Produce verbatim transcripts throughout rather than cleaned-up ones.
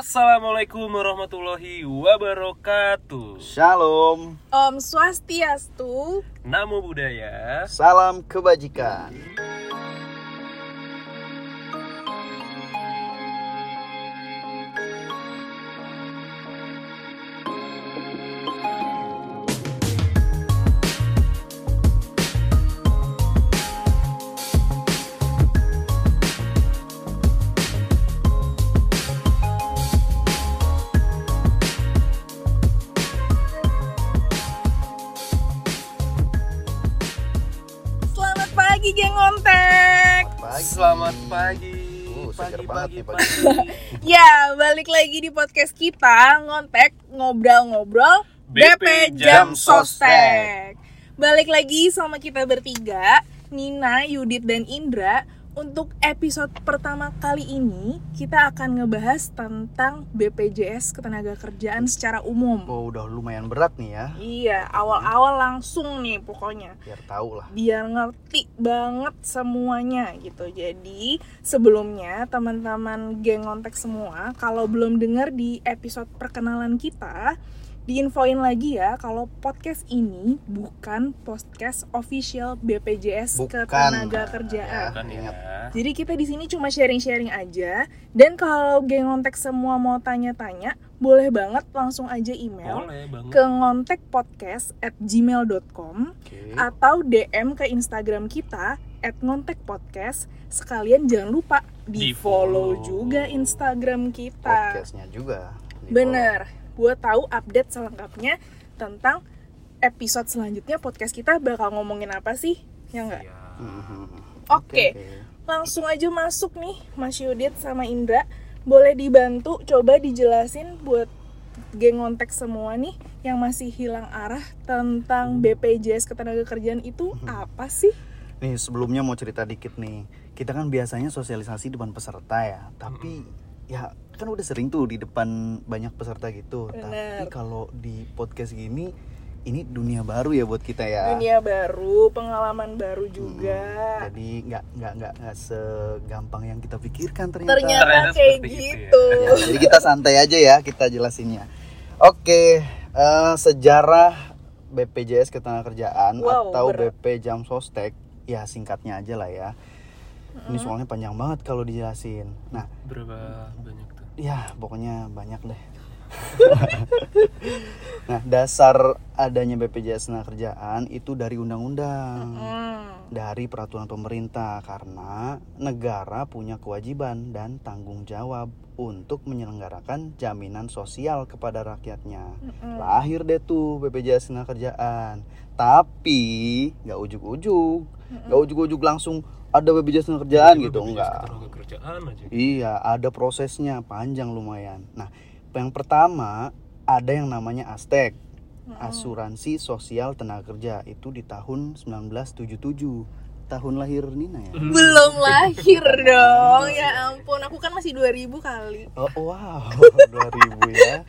Assalamualaikum warahmatullahi wabarakatuh. Shalom. Om Swastiastu. Namo Buddhaya. Salam kebajikan. Pagi geng ngontek. Pagi. Selamat pagi. Uh, segar pagi, banget pagi, nih pagi. pagi. Ya, balik lagi di podcast kita ngontek ngobrol-ngobrol B P B P Jam Jam Sostek. Balik lagi sama kita bertiga, Nina, Yudit, dan Indra. Untuk episode pertama kali ini kita akan ngebahas tentang B P J S Ketenagakerjaan secara umum. Oh, udah lumayan berat nih ya. Iya, awal-awal langsung nih pokoknya. Biar tahu lah. Biar ngerti banget semuanya gitu. Jadi sebelumnya teman-teman geng ngontek semua, kalau belum dengar di episode perkenalan kita, diinfoin lagi ya kalau podcast ini bukan podcast official B P J S Bukan. Ketenagakerjaan. Bukan ya. Jadi kita di sini cuma sharing-sharing aja. Dan kalau geng ngontek semua mau tanya-tanya, boleh banget langsung aja email Boleh banget. ke ngontekpodcast at gmail dot com Oke. atau D M ke Instagram kita at ngontekpodcast. Sekalian jangan lupa di follow Di-follow. juga Instagram kita. Podcastnya juga. Di Bener, buat tahu update selengkapnya tentang episode selanjutnya podcast kita bakal ngomongin apa sih? Ya enggak? Ya. follow. Mhm. Oke, langsung aja masuk nih Mas Yudit sama Indra. Boleh dibantu coba dijelasin buat geng ngontek semua nih yang masih hilang arah tentang B P J S Ketenagakerjaan itu apa sih? Nih sebelumnya mau cerita dikit nih. Kita kan biasanya sosialisasi depan peserta ya, tapi ya kan udah sering tuh di depan banyak peserta gitu. Bener. Tapi kalau di podcast gini, ini dunia baru ya buat kita ya. Dunia baru, pengalaman baru Hmm, juga. jadi nggak nggak nggak nggak segampang yang kita pikirkan ternyata. Ternyata, Ternyata kayak seperti itu ya. gitu. Ya, jadi kita santai aja ya kita jelasinnya. Oke, eh, sejarah B P J S Ketenagakerjaan Wow, atau berat. B P Jam Sostek, ya singkatnya aja lah ya. Ini soalnya panjang banget kalau dijelasin. Nah, Berapa banyak tuh? ya pokoknya banyak deh. Nah, dasar adanya B P J S Ketenagakerjaan itu dari undang-undang. Hmm. Dari peraturan pemerintah karena negara punya kewajiban dan tanggung jawab untuk menyelenggarakan jaminan sosial kepada rakyatnya. Mm-mm. Lahir deh tuh B P J S Ketenagakerjaan. Tapi nggak ujuk-ujuk, nggak ujuk-ujuk langsung ada B P J S Ketenagakerjaan gitu, enggak. Ketenagakerjaan aja. Iya, ada prosesnya panjang lumayan. Nah, yang pertama ada yang namanya Astek, Asuransi Sosial Tenaga Kerja, itu di tahun sembilan belas tujuh puluh tujuh. Tahun lahir Nina ya? Belum lahir dong. Ya ampun, aku kan masih dua ribu kali. Oh wow, dua ribu ya.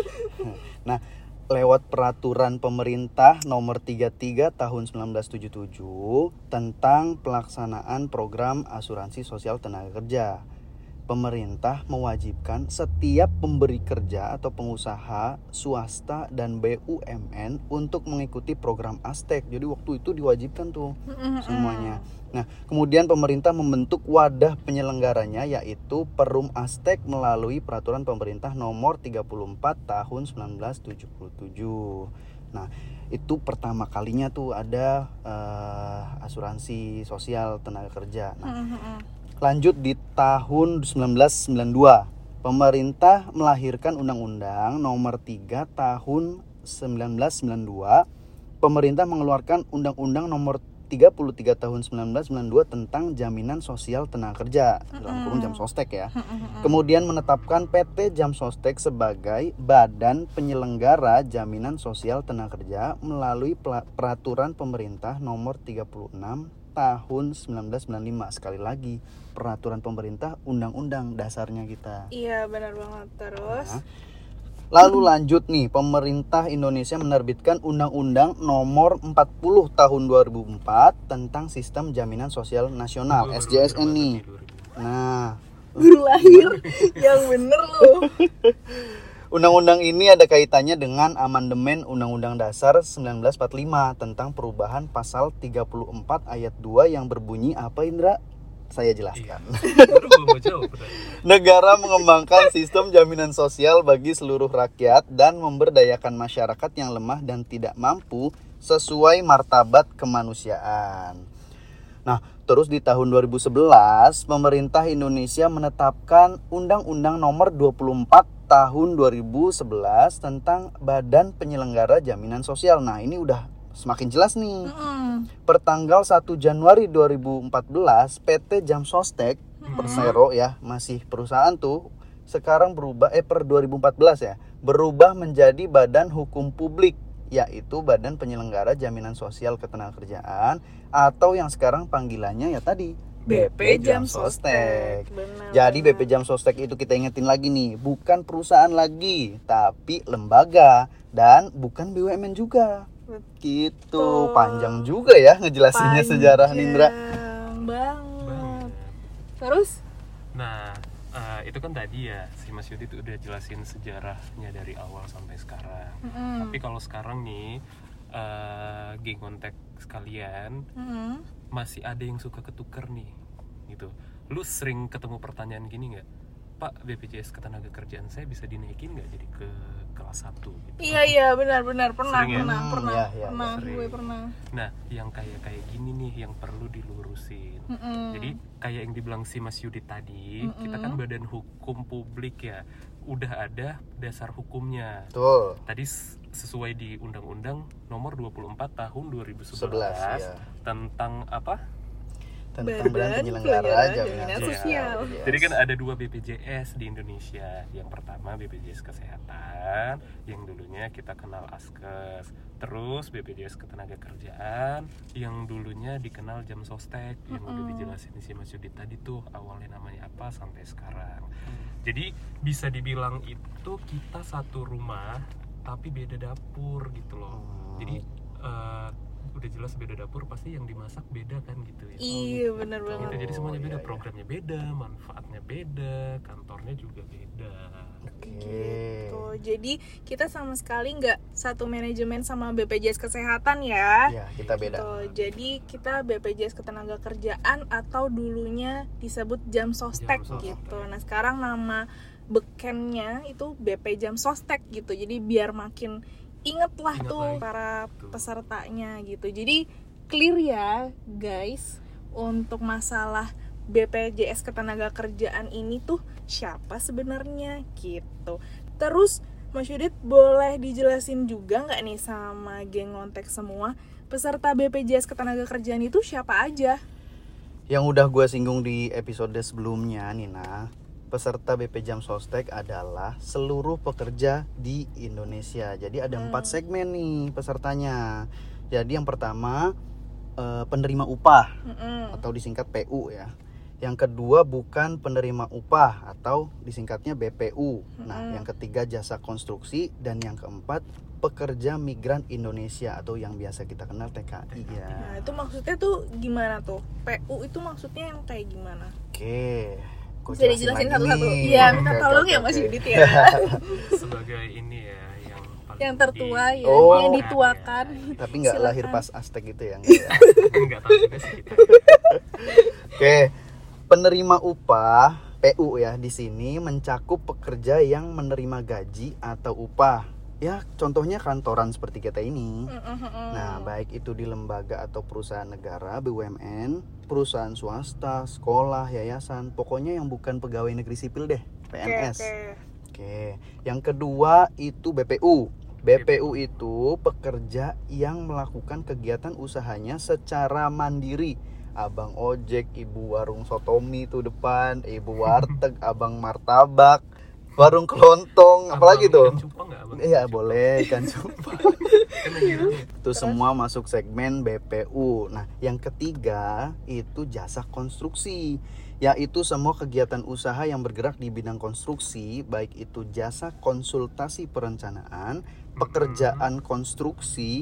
Nah, lewat peraturan pemerintah nomor tiga puluh tiga tahun sembilan belas tujuh puluh tujuh tentang pelaksanaan program asuransi sosial tenaga kerja. Pemerintah mewajibkan setiap pemberi kerja atau pengusaha swasta dan B U M N untuk mengikuti program Astek. Jadi waktu itu diwajibkan tuh semuanya. Nah, kemudian pemerintah membentuk wadah penyelenggaranya yaitu Perum Astek melalui peraturan pemerintah nomor tiga puluh empat tahun sembilan belas tujuh puluh tujuh. Nah, itu pertama kalinya tuh ada uh, asuransi sosial tenaga kerja. Nah, lanjut di tahun sembilan belas sembilan puluh dua, pemerintah melahirkan Undang-Undang Nomor tiga Tahun sembilan belas sembilan puluh dua. Pemerintah mengeluarkan Undang-Undang Nomor tiga puluh tiga Tahun sembilan belas sembilan puluh dua tentang Jaminan Sosial Tenaga Kerja, dalam kurung Jam Sostek ya. Kemudian menetapkan P T Jam Sostek sebagai Badan Penyelenggara Jaminan Sosial Tenaga Kerja melalui Peraturan Pemerintah Nomor tiga puluh enam Tahun sembilan belas sembilan puluh lima. Sekali lagi, peraturan pemerintah, undang-undang dasarnya kita. Iya, benar banget. Terus Nah, lalu lanjut nih, pemerintah Indonesia menerbitkan Undang-Undang Nomor empat puluh Tahun dua ribu empat tentang Sistem Jaminan Sosial Nasional, S J S N nih. Nah, Guru lahir yang bener loh. Undang-undang ini ada kaitannya dengan amandemen Undang-Undang Dasar seribu sembilan ratus empat puluh lima tentang perubahan pasal tiga puluh empat ayat dua yang berbunyi apa, Indra? Saya jelaskan. Baru gua mau jawab. bener. Negara mengembangkan sistem jaminan sosial bagi seluruh rakyat dan memberdayakan masyarakat yang lemah dan tidak mampu sesuai martabat kemanusiaan. Nah, terus di tahun dua ribu sebelas, pemerintah Indonesia menetapkan Undang-Undang Nomor dua puluh empat Tahun dua ribu sebelas tentang Badan Penyelenggara Jaminan Sosial. Nah, ini udah semakin jelas nih. Mm-mm. Pertanggal satu Januari dua ribu empat belas, P T Jamsostek Persero ya, masih perusahaan tuh, sekarang berubah eh per dua ribu empat belas ya, berubah menjadi Badan Hukum Publik, yaitu Badan Penyelenggara Jaminan Sosial Ketenagakerjaan atau yang sekarang panggilannya ya tadi B P Jamsostek. Benar. Jadi B P Jamsostek itu kita ingetin lagi nih, bukan perusahaan lagi, tapi lembaga dan bukan B U M N juga. Gitu, panjang juga ya ngejelasinnya sejarah Nindra. Panjang banget. Banget. Terus? Nah, eh, itu kan tadi ya si Mas Yudi tuh udah jelasin sejarahnya dari awal sampai sekarang. Mm-mm. Tapi kalau sekarang nih, eh, geng kontak sekalian, Mm-mm. masih ada yang suka ketuker nih, gitu. Lu sering ketemu pertanyaan gini nggak? Pak, B P J S Ketenagakerjaan saya bisa dinaikin nggak jadi ke kelas satu? Gitu. Iya iya benar-benar pernah Sering ya? pernah Hmm, pernah iya, iya, pernah sering. gue pernah. Nah, yang kayak kayak gini nih yang perlu dilurusin. Mm-mm. Jadi kayak yang dibilang si Mas Yudi tadi, Mm-mm. kita kan badan hukum publik ya, udah ada dasar hukumnya. Betul. Tadi s- sesuai di Undang-Undang Nomor dua puluh empat Tahun dua ribu sebelas sebelas ya. tentang apa? Tentang Badan Badan Penyelenggara Penyelenggara Jaminan Jaminan Sosial. Sosial. Yes. Jadi kan ada dua B P J S di Indonesia. Yang pertama B P J S Kesehatan, yang dulunya kita kenal Askes. Terus B P J S Ketenagakerjaan, yang dulunya dikenal Jamsostek, yang udah Mm-mm. dijelasin si Mas Yudi tadi tuh awalnya namanya apa sampai sekarang. Jadi bisa dibilang itu kita satu rumah tapi beda dapur gitu loh. Hmm. Jadi eh, udah jelas beda dapur, pasti yang dimasak beda kan gitu ya. Iya benar Gitu, banget. jadi semuanya Oh, beda, iya, iya. programnya beda, manfaatnya beda, kantornya juga beda. Oke. Gitu. Jadi kita sama sekali nggak satu manajemen sama B P J S Kesehatan ya. Ya, kita beda. Gitu. Jadi kita B P J S Ketenagakerjaan atau dulunya disebut Jamsostek Jamsostek. gitu. Nah sekarang nama bekennya itu B P Jamsostek gitu. Jadi biar makin inget lah Ingat tuh lagi. para Betul. pesertanya gitu. Jadi clear ya guys untuk masalah B P J S Ketenagakerjaan ini tuh siapa sebenarnya gitu. Terus Mas Yudit boleh dijelasin juga nggak nih sama geng ngontek semua, peserta B P J S Ketenagakerjaan itu siapa aja? Yang udah gue singgung di episode sebelumnya, Nina, peserta B P Jamsostek adalah seluruh pekerja di Indonesia. Jadi ada Hmm. empat segmen nih pesertanya. Jadi yang pertama eh, penerima upah Mm-mm. atau disingkat P U ya. Yang kedua bukan penerima upah atau disingkatnya B P U. Nah, Mm-mm. yang ketiga jasa konstruksi dan yang keempat pekerja migran Indonesia atau yang biasa kita kenal T K I ya. Nah itu maksudnya tuh gimana tuh? P U itu maksudnya yang kayak gimana? Oke. Gua Bisa jelasin dijelasin lagi satu-satu. nih. Iya, Oke, minta oke, tolong oke, ya Mas oke. Yudit ya. Sebagai ini ya yang paling Yang tertua di- ya, Oh. yang dituakan. Tapi nggak Silakan. lahir pas Aztec gitu ya. Enggak ya? Enggak tahu juga sih kita. Oke, penerima upah P U ya di sini mencakup pekerja yang menerima gaji atau upah. Ya, contohnya kantoran seperti kita ini. Mm-mm. Nah, baik itu di lembaga atau perusahaan negara B U M N, perusahaan swasta, sekolah, yayasan, pokoknya yang bukan pegawai negeri sipil deh, P N S. Oke, Oke, yang kedua itu B P U. B P U itu pekerja yang melakukan kegiatan usahanya secara mandiri. Abang ojek, ibu warung sotomi itu depan, ibu warteg, abang martabak, warung kelontong, apalagi Abang tuh? ikan cupang nggak, Abang? Iya, boleh ikan cupang. Kan lagi rame. Itu semua masuk segmen B P U. Nah, yang ketiga itu jasa konstruksi, yaitu semua kegiatan usaha yang bergerak di bidang konstruksi, baik itu jasa konsultasi perencanaan, pekerjaan konstruksi,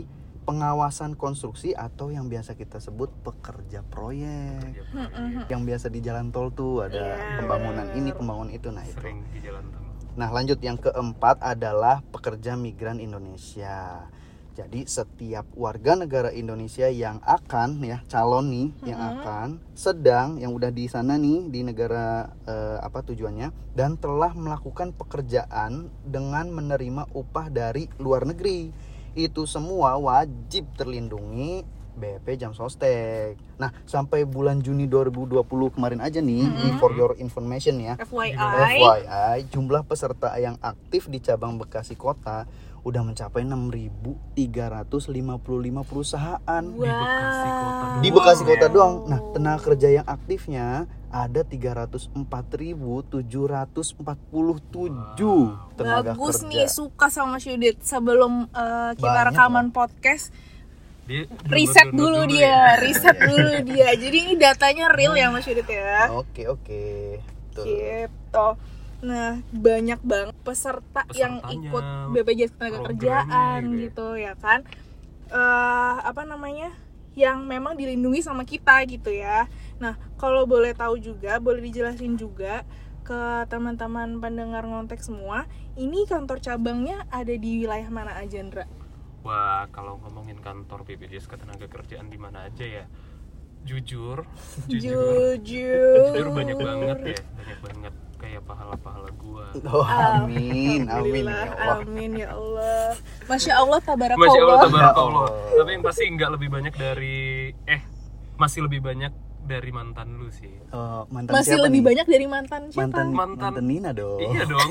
pengawasan konstruksi atau yang biasa kita sebut pekerja proyek. Pekerja proyek. Yang biasa di jalan tol tuh ada Iya, pembangunan benar. ini, pembangunan itu. Nah itu. Sering di jalan tol. Nah lanjut, yang keempat adalah pekerja migran Indonesia. Jadi setiap warga negara Indonesia yang akan ya calon nih, yang akan sedang yang udah di sana nih di negara eh, apa tujuannya dan telah melakukan pekerjaan dengan menerima upah dari luar negeri, itu semua wajib terlindungi B P Jam Sostek. Nah sampai bulan Juni dua ribu dua puluh kemarin aja nih, ini for your information ya, F Y I. F Y I, jumlah peserta yang aktif di cabang Bekasi Kota udah mencapai enam ribu tiga ratus lima puluh lima perusahaan Wow. Di Bekasi Kota doang. di Bekasi Kota ya. doang. Nah, tenaga kerja yang aktifnya ada tiga ratus empat ribu tujuh ratus empat puluh tujuh tenaga Bagus kerja. nih, suka sama Mas Yudit. Sebelum uh, kita Banyak rekaman podcast, Dia riset download dulu ya. dia, riset dulu dia. Jadi ini datanya real ya Mas Yudit ya. Oke, oke. Tuh. Gitu. Nah, banyak banget peserta yang Pesertanya, ikut B P J S Ketenaga programnya Kerjaan gitu ya. gitu ya kan. Eh apa namanya? Yang memang dilindungi sama kita gitu ya. Nah, kalau boleh tahu juga, boleh dijelasin juga ke teman-teman pendengar ngontek semua, ini kantor cabangnya ada di wilayah mana aja, Ndra? Wah, kalau ngomongin kantor B P J S Ketenaga Kerjaan di mana aja ya? Jujur, jujur, Jujur. jujur banyak banget ya, banyak banget kayak pahala-pahala gua. Oh, amin, amin Alhamdulillah, ya Allah. amin ya Allah. Masya Allah, tabarakallah. Masya Allah, tabarakallah. Ya Allah. Tapi yang pasti nggak lebih banyak dari, eh, masih lebih banyak dari mantan lu sih. Oh, mantan Masih siapa lebih nih? banyak dari mantan siapa? Mantan, Mantan. mantan Nina dong. Iya dong.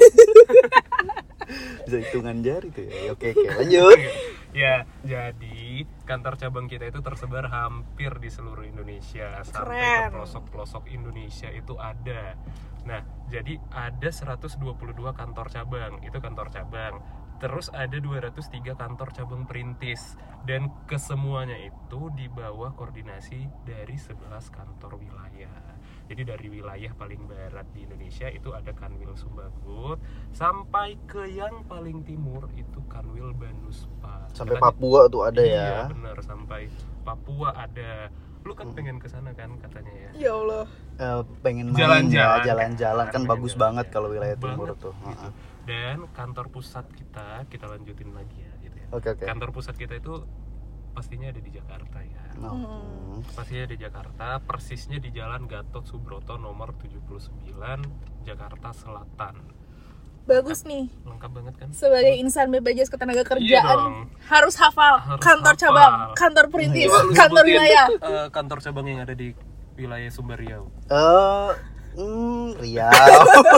Bisa hitungan jari tuh ya. Oke, oke, lanjut. Ya, jadi kantor cabang kita itu tersebar hampir di seluruh Indonesia, sampai ke Keren. pelosok-pelosok Indonesia itu ada. Nah, jadi ada seratus dua puluh dua kantor cabang, itu kantor cabang. Terus ada dua ratus tiga kantor cabang perintis, dan kesemuanya itu di bawah koordinasi dari sebelas kantor wilayah. Jadi dari wilayah paling barat di Indonesia itu ada Kanwil Sumbagut, sampai ke yang paling timur itu Kanwil Banuspa. Sampai Katanya- Papua tuh ada Iya, ya. bener, sampai Papua ada. Lu kan pengen ke sana kan katanya ya? Ya Allah. Eh, pengen main Jalan-jalan. ya, jalan-jalan kan Pengen bagus jalan-jalan. banget kalau wilayah Banget timur tuh. gitu. Heeh. Dan kantor pusat kita, kita lanjutin lagi ya gitu ya. Oke, oke. Kantor pusat kita itu pastinya ada di Jakarta ya. Oh. Hmm. Pastinya di Jakarta, persisnya di Jalan Gatot Subroto nomor tujuh puluh sembilan, Jakarta Selatan. Bagus nih. Lengkap banget kan? Sebagai insan B P J S Ketenaga Kerjaan Iya dong. harus hafal Harus kantor hafal. cabang, kantor perintis, Coba lu kantor sebutin, wilayah. eh, kantor cabang yang ada di wilayah Sumber Riau. Eh, hmm, Riau.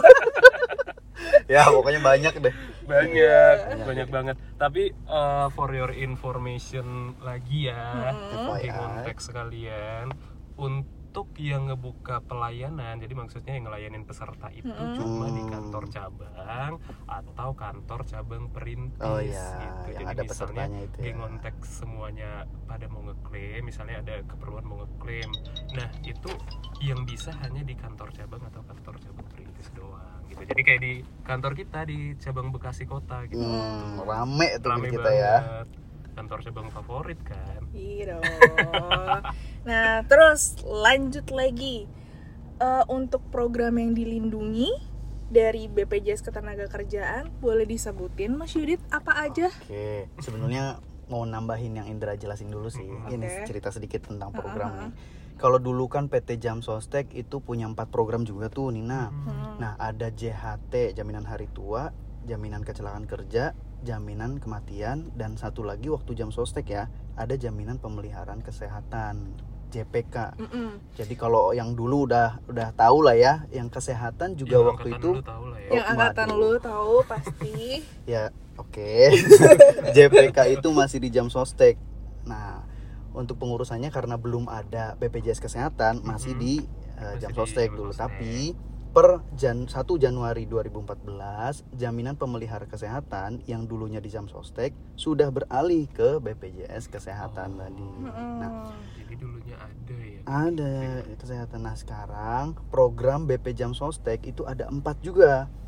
Ya, pokoknya banyak deh. Banyak, Banyak. banyak banget. Tapi uh, for your information lagi ya, Hmm. F Y I. di konteks sekalian, untuk yang ngebuka pelayanan, jadi maksudnya yang ngelayanin peserta itu Hmm. cuma di Hmm. kantor cabang atau kantor cabang perintis. Oh iya, gitu. yang Jadi ada misalnya pesertanya itu ya. geng kontak semuanya pada mau ngeklaim, misalnya ada keperluan mau ngeklaim, nah itu yang bisa hanya di kantor cabang atau kantor cabang perintis doang gitu. Jadi kayak di kantor kita di cabang Bekasi Kota gitu. Hmm, rame tuh Rame kita ya. banget. Kantor cabang favorit kan. Iya dong. Nah, terus lanjut lagi. Eh, untuk program yang dilindungi dari B P J S Ketenaga Kerjaan, boleh disebutin Mas Yudit apa aja? Oke, sebenarnya mau nambahin yang Indra jelasin dulu sih. Mm-hmm. Ini Oke. cerita sedikit tentang program Uh-huh. nih. Kalau dulu kan P T Jam Sostek itu punya empat program juga tuh, Nina. Hmm. Nah, ada J H T, jaminan hari tua, jaminan kecelakaan kerja, jaminan kematian, dan satu lagi waktu Jam Sostek ya, ada jaminan pemeliharaan kesehatan, J P K. Mm-mm. Jadi kalau yang dulu udah udah tahu lah ya, yang kesehatan juga Yang waktu angkatan itu lu tahu lah ya. Yang Oh, angkatan waduh. lu tahu pasti. ya oke. J P K itu masih di Jam Sostek. Nah, untuk pengurusannya karena belum ada B P J S kesehatan masih Mhm. di uh, Masih Jam di Sostek Jam dulu, Sostek. tapi per Jan satu Januari dua ribu empat belas jaminan pemelihara kesehatan yang dulunya di Jam Sostek sudah beralih ke B P J S kesehatan Oh. tadi. Mm-mm. Nah, Jadi dulunya ada ya. ada kesehatan. Nah, sekarang program B P Jam Sostek itu ada empat juga.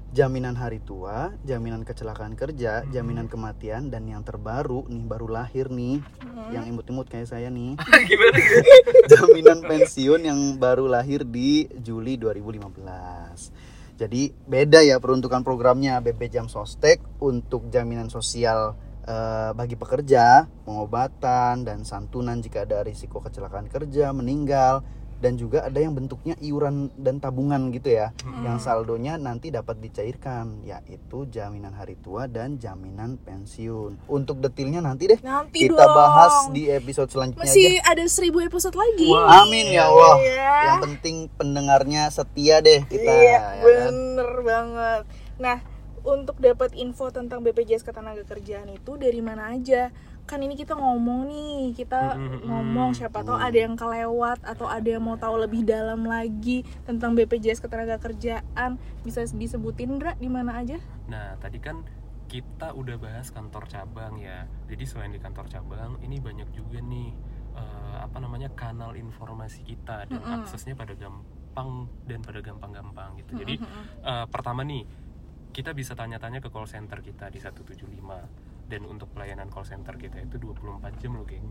jaminan hari tua, jaminan kecelakaan kerja, jaminan kematian, dan yang terbaru nih baru lahir nih, Hmm. yang imut-imut kayak saya nih, Gimana gitu? jaminan pensiun yang baru lahir di Juli dua ribu lima belas. Jadi beda ya peruntukan programnya. B P Jam Sostek untuk jaminan sosial eh, bagi pekerja, pengobatan dan santunan jika ada risiko kecelakaan kerja, meninggal, dan juga ada yang bentuknya iuran dan tabungan gitu ya, Hmm. yang saldonya nanti dapat dicairkan, yaitu jaminan hari tua dan jaminan pensiun. Untuk detailnya nanti deh Nanti kita dong. bahas di episode selanjutnya Masih aja. ada seribu episode lagi. Wah. Amin ya Allah. Iya. Yang penting pendengarnya setia deh kita. Iya, ya kan? bener banget. Nah, untuk dapat info tentang B P J S Ketenagakerjaan itu dari mana aja? Kan ini kita ngomong nih, kita Mm-mm. ngomong siapa tahu ada yang kelewat atau ada yang mau tahu lebih dalam lagi tentang B P J S Ketenagakerjaan, bisa disebutin Dra di mana aja? Nah, tadi kan kita udah bahas kantor cabang ya. Jadi selain di kantor cabang, ini banyak juga nih eh, apa namanya kanal informasi kita dan Mm-mm. aksesnya pada gampang dan pada gampang-gampang gitu. Jadi Mm-mm. eh, pertama nih, kita bisa tanya-tanya ke call center kita di satu tujuh lima, dan untuk pelayanan call center kita itu dua puluh empat jam loh, geng.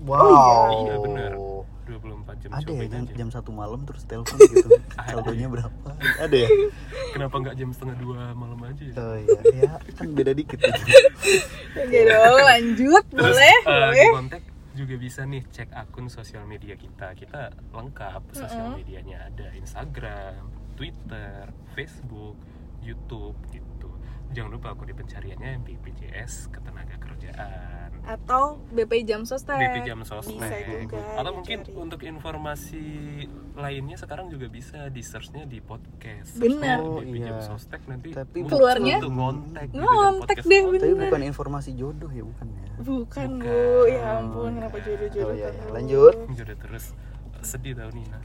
Wow. Iya, bener. dua puluh empat jam. Ada ya cobain jam, aja. jam satu malam terus telepon gitu. Ada. Saldonya berapa? Ada ya? Kenapa nggak jam setengah dua malam aja ya? Oh iya, ya kan beda dikit gitu. Oke dong, lanjut Terus boleh, eh, boleh. di kontak juga bisa nih cek akun sosial media kita. Kita lengkap sosial Mm-mm. medianya, ada Instagram, Twitter, Facebook, YouTube gitu. Jangan lupa akun di pencariannya B P J S Ketenagakerjaan. Atau B P Jam Sostek. B P Jam Sostek. Bisa juga Atau mungkin dicari. untuk informasi lainnya sekarang juga bisa di searchnya di podcast. Bener. Searchnya B P Jam Oh, iya. Sostek nanti Tapi muncul keluarnya tuh ngontek gitu ngontek dengan deh, podcast. Tapi bener. bukan informasi jodoh ya, bukan ya? Bukan, Bu. Bukan. Ya ampun, kenapa jodoh-jodoh Oh, iya, iya. terus? Lanjut. Jodoh terus. Sedih tau Nina.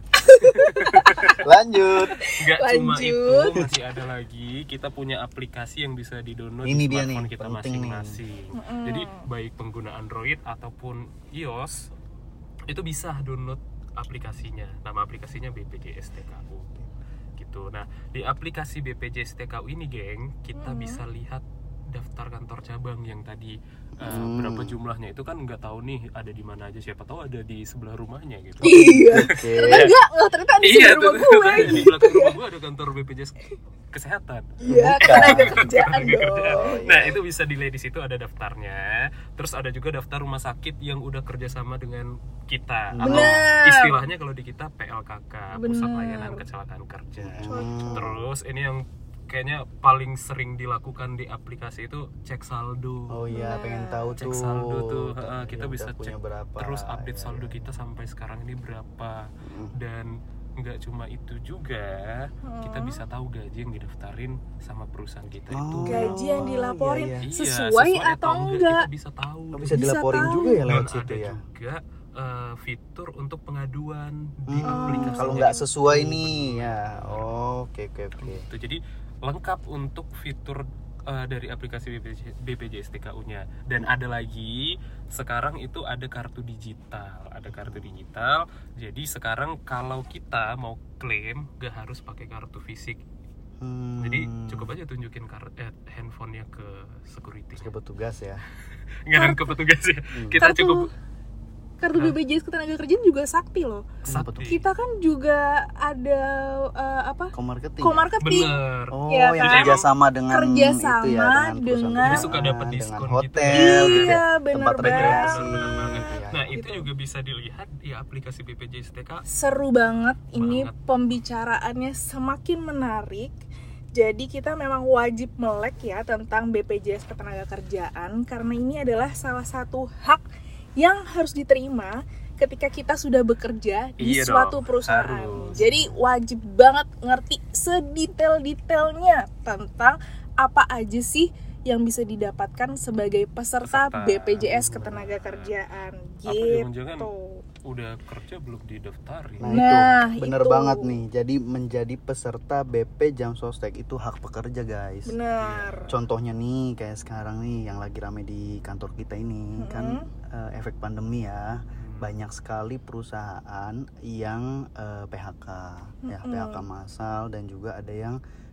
Lanjut. Gak cuma Lanjut. itu, masih ada lagi. Kita punya aplikasi yang bisa di-download Ini di dia smartphone nih, kita penting nih. masing-masing. Mm-mm. Jadi baik pengguna Android ataupun iOS itu bisa download aplikasinya. Nama aplikasinya B P J S T K U. Gitu. Nah, di aplikasi B P J S T K U ini, geng, kita Mm. bisa lihat daftar kantor cabang yang tadi uh, Hmm. berapa jumlahnya itu kan nggak tahu nih ada di mana aja, siapa tahu ada di sebelah rumahnya gitu. Iya. Oke. Ternyata enggak, enggak ternyata di Iya, sebelah rumah tuh, gue. di belakang rumah gue ada kantor B P J S Kesehatan. Iya, ketenaga kerjaan Ketenaga kerjaan. dong. Nah, itu bisa dilihat di situ ada daftarnya. Terus ada juga daftar rumah sakit yang udah kerjasama dengan kita. Atau Bener. istilahnya kalau di kita P L K K, Pusat Bener. Layanan Kecelakaan Kerja. Hmm. Terus ini yang kayaknya paling sering dilakukan di aplikasi itu cek saldo. Oh iya, Nah, pengen tahu Cek tuh. saldo tuh, Iya, heeh, kita udah bisa punya cek berapa. terus update Iya, saldo iya. kita sampai sekarang ini berapa. Mm. Dan nggak cuma itu juga, Hmm. kita bisa tahu gaji yang didaftarin sama perusahaan kita Oh, itu. Gaji yang dilaporin iya, iya. Iya, sesuai atau enggak? kita bisa tahu. Oh, bisa Bisa dilaporin tahu. juga ya Dan lewat ada situ ya. juga eh, fitur untuk pengaduan di Hmm, aplikasi. kalau nggak sesuai nih ya. Oh, oke oke oke. Gitu. Jadi lengkap untuk fitur eh, dari aplikasi B P J, B P J S T K U-nya. Dan ada lagi, sekarang itu ada kartu digital. Ada kartu digital. Jadi sekarang kalau kita mau klaim gak harus pakai kartu fisik. Hmm. Jadi cukup aja tunjukin kartu eh, handphonenya ke security. ke petugas ya. Nggak ada ke petugas ya. Hmm. Kita Kartu- cukup Kartu B P J S Ketenagakerjaan juga sakti loh. Kenapa tuh? Kita kan juga ada eh, apa? Co-marketing. Co-marketing. bener. Oh, Ya yang kan? kerjasama dengan Kerjasama itu ya, dengan dengan- Jadi suka dapat perusahaan, diskon dengan gitu. hotel, gitu ya. Iya, bener tempat rekreasi. banget. Bener banget. Iya. Nah, itu Gitu. juga bisa dilihat di aplikasi B P J S T K. Seru banget ini Banget. pembicaraannya semakin menarik. Jadi kita memang wajib melek ya tentang B P J S Ketenagakerjaan karena ini adalah salah satu hak yang harus diterima ketika kita sudah bekerja di Iya suatu dong, perusahaan. harus. Jadi wajib banget ngerti sedetail-detailnya tentang apa aja sih yang bisa didapatkan sebagai peserta, Peserta. B P J S Ketenagakerjaan. Apa Gitu. jangan-jangan udah kerja belum didaftarin? Nah, Nah, itu bener itu. banget nih. Jadi menjadi peserta B P Jam Sostek itu hak pekerja guys. Benar. Contohnya nih kayak sekarang nih yang lagi rame di kantor kita ini Mm-mm. kan eh, efek pandemi ya. Banyak sekali perusahaan yang eh, P H K ya, Mm-mm. P H K massal dan juga ada yang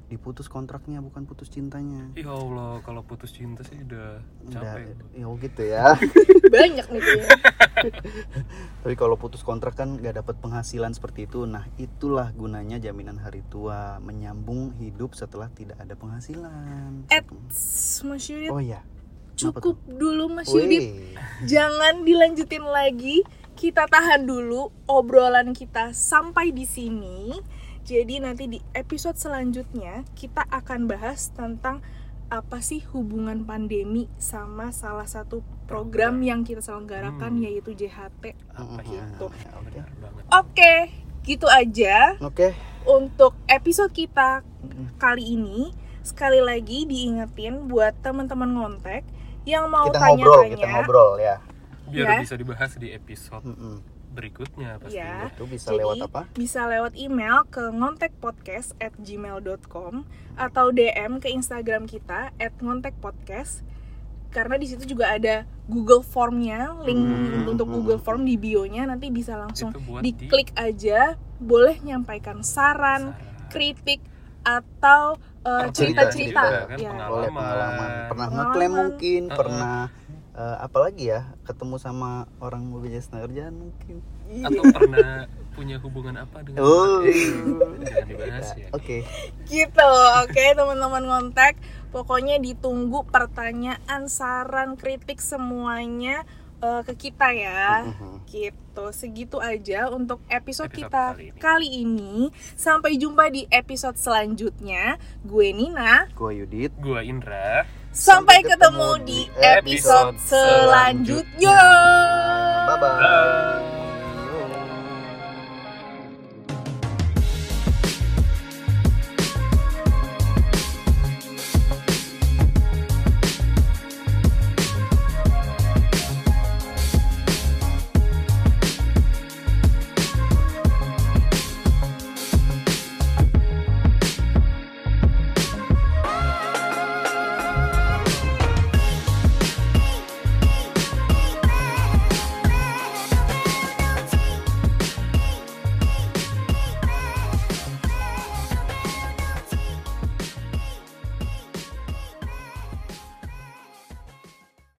diputus kontraknya bukan putus cintanya. Ya Allah, kalau putus cinta sih udah capek. Udah, ya gitu ya. Banyak nih kayaknya. Tapi kalau putus kontrak kan nggak dapat penghasilan seperti itu. Nah itulah gunanya jaminan hari tua, menyambung hidup setelah tidak ada penghasilan. Eits, Mas Yudit, Oh iya. cukup dulu Mas Wih. Yudit. Jangan dilanjutin lagi. Kita tahan dulu obrolan kita sampai di sini. Jadi nanti di episode selanjutnya kita akan bahas tentang apa sih hubungan pandemi sama salah satu program yang kita selenggarakan Hmm. yaitu J H T. Apa Mhm. gitu. Ya, oke. Benar banget. Oke, gitu aja Oke. untuk episode kita kali ini. Sekali lagi diingetin buat teman-teman ngontek yang mau Kita ngobrol, tanya-tanya. kita ngobrol ya. Biar Ya. bisa dibahas di episode Mm-mm. berikutnya Ya. pastinya. Itu bisa Jadi, lewat apa? bisa lewat email ke ngontekpodcast at gmail dot com atau D M ke Instagram kita at ngontekpodcast. Karena di situ juga ada Google Formnya, link Hmm. untuk Google Form di bio-nya, nanti bisa langsung Itu buat diklik aja. Boleh nyampaikan saran, Sarah. kritik atau uh, Cerita, cerita-cerita. cerita, kan, Ya. pengalaman. Boleh pengalaman. Pernah Pengalaman. ngeklaim mungkin, Uh-uh. pernah eh, apalagi ya, ketemu sama orang B P J S tenaga kerjaan mungkin. Atau pernah punya hubungan apa dengan Oh. eh, jangan dibahas ya. Oke. Gitu, oke teman-teman ngontek. Pokoknya ditunggu pertanyaan, saran, kritik semuanya uh, ke kita ya. Mhm. Gitu, segitu aja untuk episode, Episode kita kali ini. kali ini. Sampai jumpa di episode selanjutnya. Gue Nina. Gua Yudit. Gua Indra. Sampai, Sampai ketemu ketemu di di episode episode selanjutnya. Bye bye. Bye.